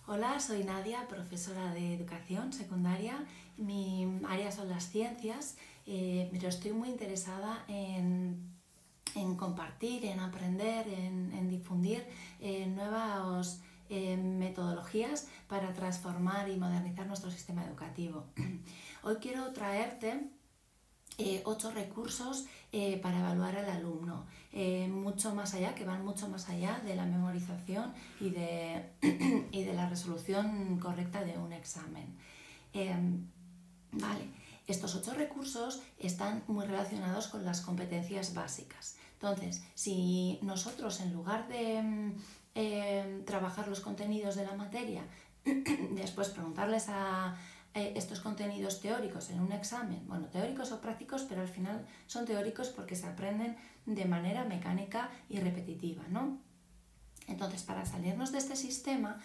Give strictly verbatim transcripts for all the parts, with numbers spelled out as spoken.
Hola, soy Nadia, profesora de educación secundaria. Mi área son las ciencias, eh, pero estoy muy interesada en, en compartir, en aprender, en, en difundir eh, nuevas eh, metodologías para transformar y modernizar nuestro sistema educativo. Hoy quiero traerte Eh, ocho recursos eh, para evaluar al alumno, eh, mucho más allá, que van mucho más allá de la memorización y de, y de la resolución correcta de un examen. Eh, vale, estos ocho recursos están muy relacionados con las competencias básicas. Entonces, si nosotros en lugar de eh, trabajar los contenidos de la materia, después preguntarles a estos contenidos teóricos en un examen, bueno, teóricos o prácticos, pero al final son teóricos porque se aprenden de manera mecánica y repetitiva, ¿no? Entonces, para salirnos de este sistema,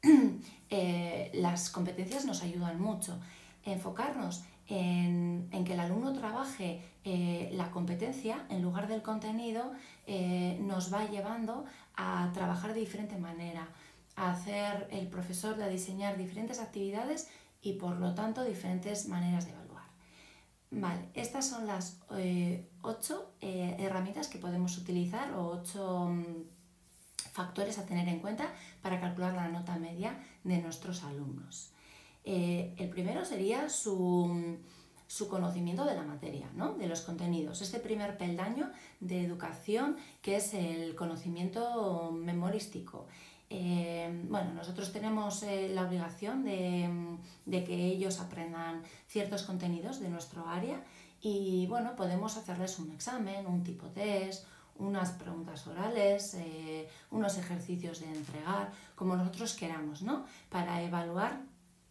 eh, las competencias nos ayudan mucho. Enfocarnos en, en que el alumno trabaje eh, la competencia en lugar del contenido eh, nos va llevando a trabajar de diferente manera, a hacer el profesor, a diseñar diferentes actividades y por lo tanto diferentes maneras de evaluar. Vale, estas son las eh, ocho eh, herramientas que podemos utilizar o ocho um, factores a tener en cuenta para calcular la nota media de nuestros alumnos. Eh, el primero sería su, su conocimiento de la materia, ¿no? De los contenidos. Este primer peldaño de educación que es el conocimiento memorístico. Eh, bueno, nosotros tenemos eh, la obligación de, de que ellos aprendan ciertos contenidos de nuestro área y bueno, podemos hacerles un examen, un tipo test, unas preguntas orales, eh, unos ejercicios de entregar, como nosotros queramos, ¿no? Para evaluar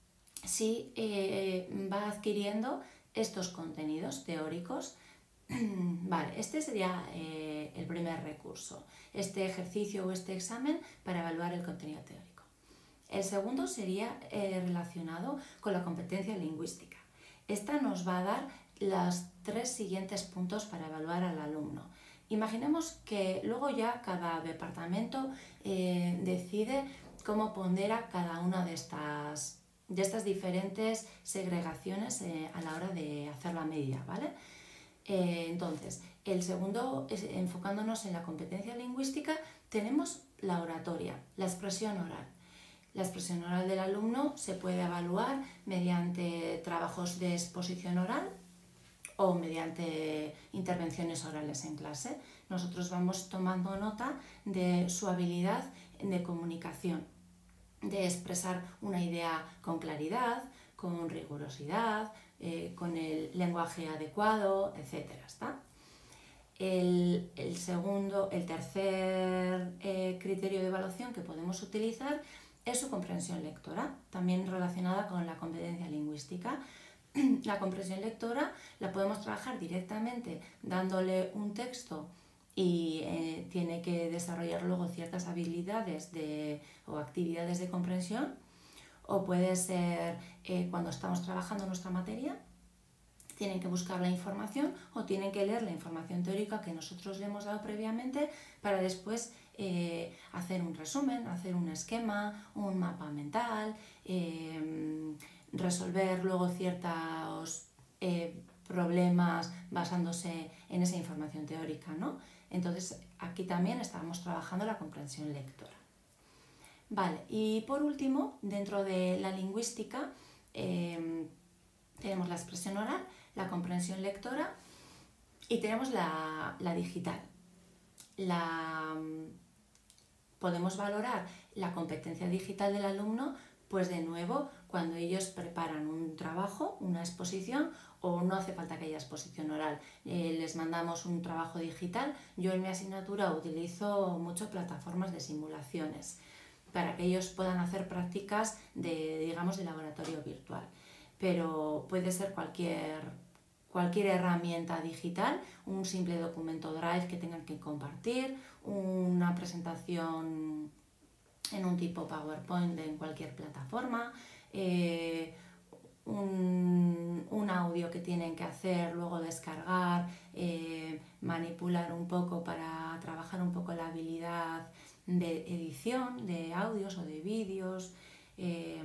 si eh, va adquiriendo estos contenidos teóricos. Vale, este sería eh, el primer recurso, este ejercicio o este examen para evaluar el contenido teórico. El segundo sería eh, relacionado con la competencia lingüística. Esta nos va a dar los tres siguientes puntos para evaluar al alumno. Imaginemos que luego ya cada departamento eh, decide cómo pondera cada una de estas, de estas diferentes segregaciones eh, a la hora de hacer la media, ¿vale? Eh, entonces, el segundo, es, enfocándonos en la competencia lingüística, tenemos la oratoria, la expresión oral. La expresión oral del alumno se puede evaluar mediante trabajos de exposición oral o mediante intervenciones orales en clase. Nosotros vamos tomando nota de su habilidad de comunicación, de expresar una idea con claridad, con rigurosidad, eh, con el lenguaje adecuado, etcétera. ¿Está? El, el segundo, el tercer eh, criterio de evaluación que podemos utilizar es su comprensión lectora, también relacionada con la competencia lingüística. La comprensión lectora la podemos trabajar directamente dándole un texto y eh, tiene que desarrollar luego ciertas habilidades de, o actividades de comprensión, o puede ser eh, cuando estamos trabajando nuestra materia, tienen que buscar la información o tienen que leer la información teórica que nosotros le hemos dado previamente para después eh, hacer un resumen, hacer un esquema, un mapa mental, eh, resolver luego ciertos eh, problemas basándose en esa información teórica, ¿no? Entonces aquí también estamos trabajando la comprensión lectora. Vale, y por último, dentro de la lingüística eh, tenemos la expresión oral, la comprensión lectora y tenemos la, la digital. La, podemos valorar la competencia digital del alumno, pues de nuevo, cuando ellos preparan un trabajo, una exposición, o no hace falta que haya exposición oral, eh, les mandamos un trabajo digital. Yo en mi asignatura utilizo mucho plataformas de simulaciones para que ellos puedan hacer prácticas de, digamos, de laboratorio virtual. Pero puede ser cualquier, cualquier herramienta digital, un simple documento Drive que tengan que compartir, una presentación en un tipo PowerPoint en cualquier plataforma, eh, un, un audio que tienen que hacer, luego descargar, eh, manipular un poco para trabajar un poco la habilidad de edición de audios o de vídeos, eh,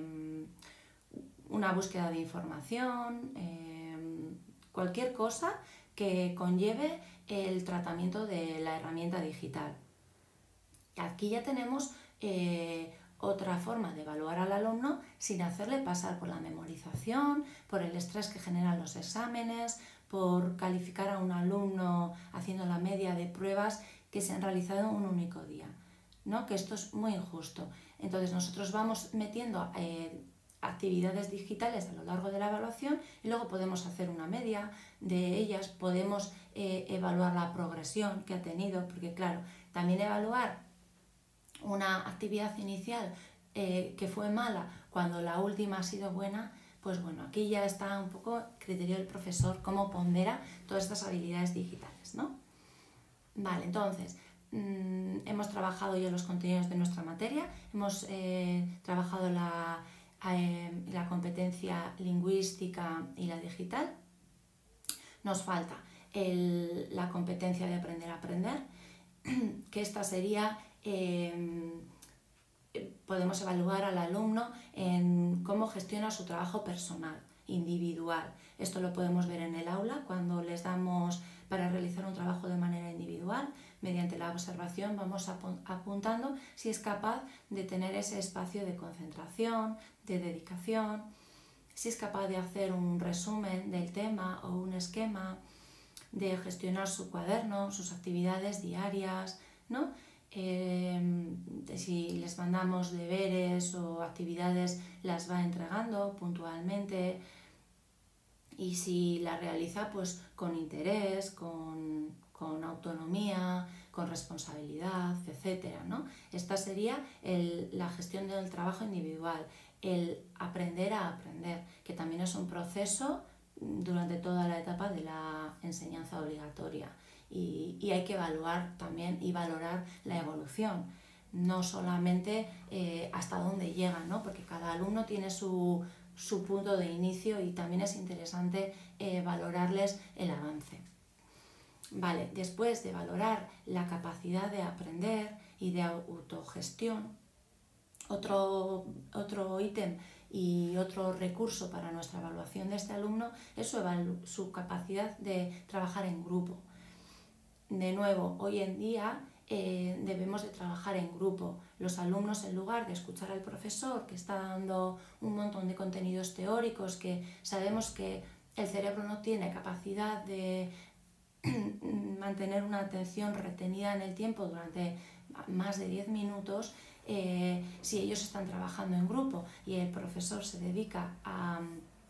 una búsqueda de información, eh, cualquier cosa que conlleve el tratamiento de la herramienta digital. Aquí ya tenemos eh, otra forma de evaluar al alumno sin hacerle pasar por la memorización, por el estrés que generan los exámenes, por calificar a un alumno haciendo la media de pruebas que se han realizado en un único día, ¿no? Que esto es muy injusto. Entonces nosotros vamos metiendo eh, actividades digitales a lo largo de la evaluación y luego podemos hacer una media de ellas, podemos eh, evaluar la progresión que ha tenido, porque claro, también evaluar una actividad inicial eh, que fue mala cuando la última ha sido buena, pues bueno, aquí ya está un poco criterio del profesor cómo pondera todas estas habilidades digitales, ¿no? Vale, entonces, mmm, hemos trabajado ya los contenidos de nuestra materia, hemos eh, trabajado la, eh, la competencia lingüística y la digital. Nos falta el, la competencia de aprender a aprender, que esta sería, eh, podemos evaluar al alumno en cómo gestiona su trabajo personal, individual. Esto lo podemos ver en el aula cuando les damos para realizar un trabajo de manera individual. Mediante la observación vamos apuntando si es capaz de tener ese espacio de concentración, de dedicación, si es capaz de hacer un resumen del tema o un esquema, de gestionar su cuaderno, sus actividades diarias, ¿no? Eh, si les mandamos deberes o actividades, las va entregando puntualmente, y si la realiza pues con interés, con, con autonomía, con responsabilidad, etcétera, ¿no? Esta sería el, la gestión del trabajo individual, el aprender a aprender, que también es un proceso durante toda la etapa de la enseñanza obligatoria, y, y hay que evaluar también y valorar la evolución, no solamente eh, hasta dónde llega, ¿no? Porque cada alumno tiene su, su punto de inicio y también es interesante eh, valorarles el avance. Vale, después de valorar la capacidad de aprender y de autogestión, otro, otro ítem y otro recurso para nuestra evaluación de este alumno es su, su capacidad de trabajar en grupo. De nuevo, hoy en día eh, debemos de trabajar en grupo. Los alumnos, en lugar de escuchar al profesor que está dando un montón de contenidos teóricos, que sabemos que el cerebro no tiene capacidad de mantener una atención retenida en el tiempo durante más de diez minutos, eh, si ellos están trabajando en grupo y el profesor se dedica a,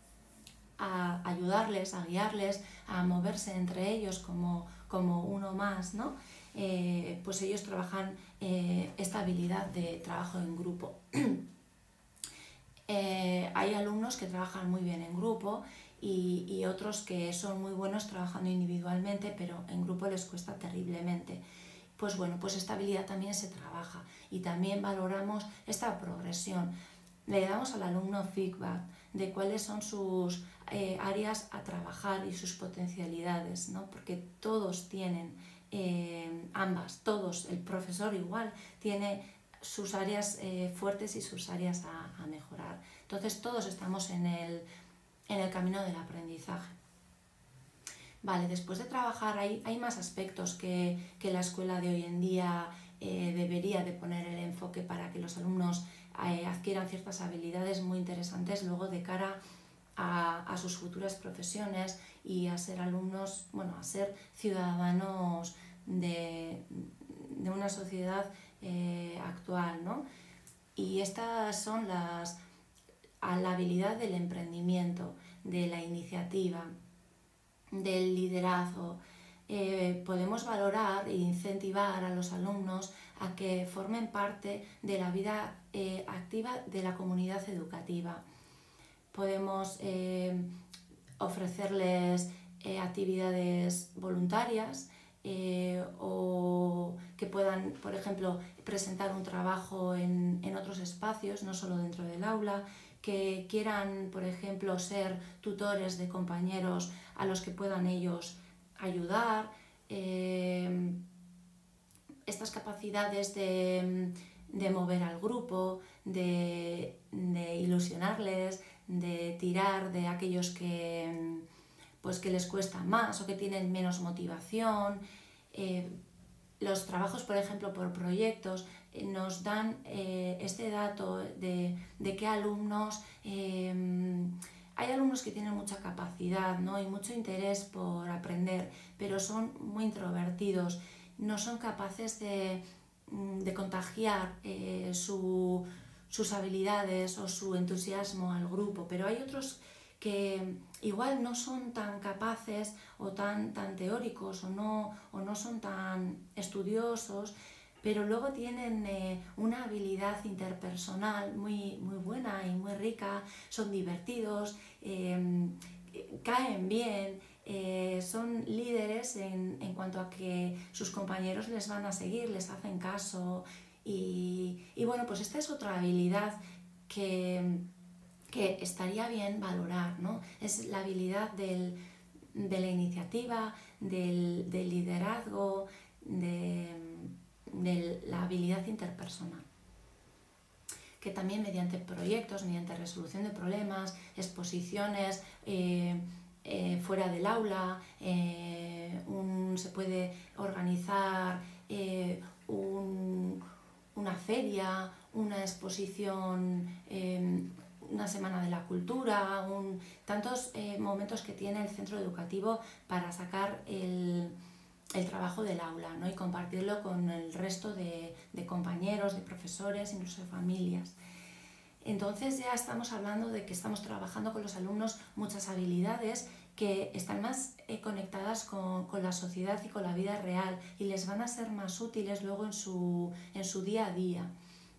a ayudarles, a guiarles, a moverse entre ellos como, como uno más, ¿no? Eh, pues ellos trabajan eh, esta habilidad de trabajo en grupo. eh, hay alumnos que trabajan muy bien en grupo y, y otros que son muy buenos trabajando individualmente, pero en grupo les cuesta terriblemente. Pues bueno, pues esta habilidad también se trabaja y también valoramos esta progresión. Le damos al alumno feedback de cuáles son sus eh, áreas a trabajar y sus potencialidades, ¿no? Porque todos tienen eh, ambas, todos, el profesor igual tiene sus áreas eh, fuertes y sus áreas a, a mejorar. Entonces todos estamos en el, en el camino del aprendizaje. Vale, después de trabajar hay, hay más aspectos que, que la escuela de hoy en día eh, debería de poner el enfoque para que los alumnos eh, adquieran ciertas habilidades muy interesantes luego de cara a, a sus futuras profesiones y a ser alumnos, bueno, a ser ciudadanos de, de una sociedad eh, actual, ¿no? Y estas son las, a la habilidad del emprendimiento, de la iniciativa, del liderazgo. Eh, podemos valorar e incentivar a los alumnos a que formen parte de la vida eh, activa de la comunidad educativa. Podemos eh, ofrecerles eh, actividades voluntarias eh, o que puedan, por ejemplo, presentar un trabajo en, en otros espacios, no solo dentro del aula, que quieran, por ejemplo, ser tutores de compañeros a los que puedan ellos ayudar. Eh, estas capacidades de, de mover al grupo, de, de ilusionarles, de tirar de aquellos que, pues, que les cuesta más o que tienen menos motivación. Eh, los trabajos, por ejemplo, por proyectos, eh, nos dan eh, este dato de, de qué alumnos... Eh, hay alumnos que tienen mucha capacidad, ¿no? Y mucho interés por aprender, pero son muy introvertidos, no son capaces de, de contagiar eh, su, sus habilidades o su entusiasmo al grupo, pero hay otros que igual no son tan capaces o tan, tan teóricos o no, o no son tan estudiosos, pero luego tienen eh, una habilidad interpersonal muy, muy buena y muy rica, son divertidos, eh, caen bien, eh, son líderes en, en cuanto a que sus compañeros les van a seguir, les hacen caso y, y bueno, pues esta es otra habilidad que, que estaría bien valorar, ¿no? Es la habilidad del, de la iniciativa, del, del liderazgo, de, de la habilidad interpersonal, que también mediante proyectos, mediante resolución de problemas, exposiciones eh, eh, fuera del aula, eh, un, se puede organizar eh, un, una feria, una exposición, eh, una semana de la cultura, un, tantos eh, momentos que tiene el centro educativo para sacar el, el trabajo del aula, ¿no? Y compartirlo con el resto de, de compañeros, de profesores, incluso de familias. Entonces ya estamos hablando de que estamos trabajando con los alumnos muchas habilidades que están más eh, conectadas con, con la sociedad y con la vida real y les van a ser más útiles luego en su, en su día a día.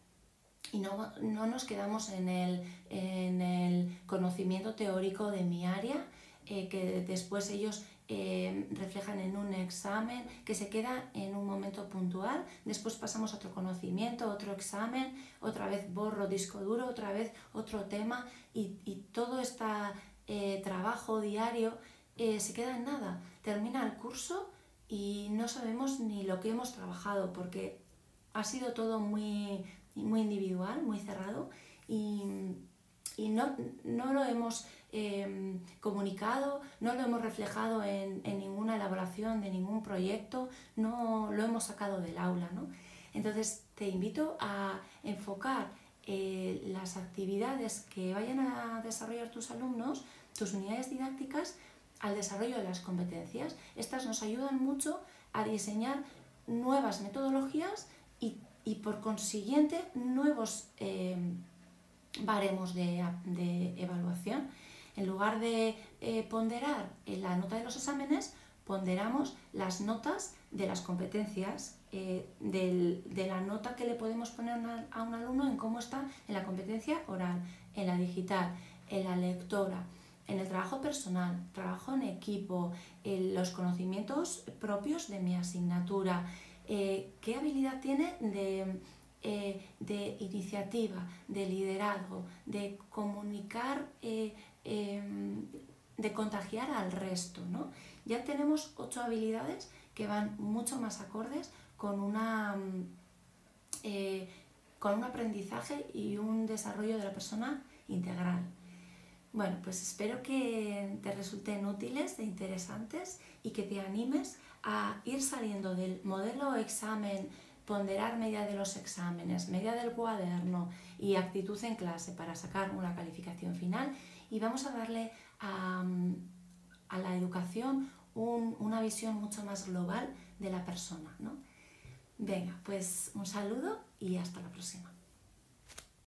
Y no, no nos quedamos en el, en el conocimiento teórico de mi área, eh, que después ellos eh, reflejan en un examen que se queda en un momento puntual, después pasamos a otro conocimiento, otro examen, otra vez borro disco duro, otra vez otro tema y, y todo este eh, trabajo diario eh, se queda en nada. Termina el curso y no sabemos ni lo que hemos trabajado porque ha sido todo muy... muy individual, muy cerrado y, y no, no lo hemos eh, comunicado, no lo hemos reflejado en, en ninguna elaboración de ningún proyecto, no lo hemos sacado del aula, ¿no? Entonces te invito a enfocar eh, las actividades que vayan a desarrollar tus alumnos, tus unidades didácticas, al desarrollo de las competencias. Estas nos ayudan mucho a diseñar nuevas metodologías y y por consiguiente nuevos eh, baremos de, de evaluación. En lugar de eh, ponderar la nota de los exámenes, ponderamos las notas de las competencias, eh, del, de la nota que le podemos poner a un alumno en cómo está en la competencia oral, en la digital, en la lectora, en el trabajo personal, trabajo en equipo, en los conocimientos propios de mi asignatura. Eh, ¿Qué habilidad tiene de, eh, de iniciativa, de liderazgo, de comunicar, eh, eh, de contagiar al resto, ¿no? Ya tenemos ocho habilidades que van mucho más acordes con, una, eh, con un aprendizaje y un desarrollo de la persona integral. Bueno, pues espero que te resulten útiles e interesantes y que te animes a ir saliendo del modelo examen, ponderar media de los exámenes, media del cuaderno y actitud en clase para sacar una calificación final y vamos a darle a, a la educación un, una visión mucho más global de la persona, ¿no? Venga, pues un saludo y hasta la próxima.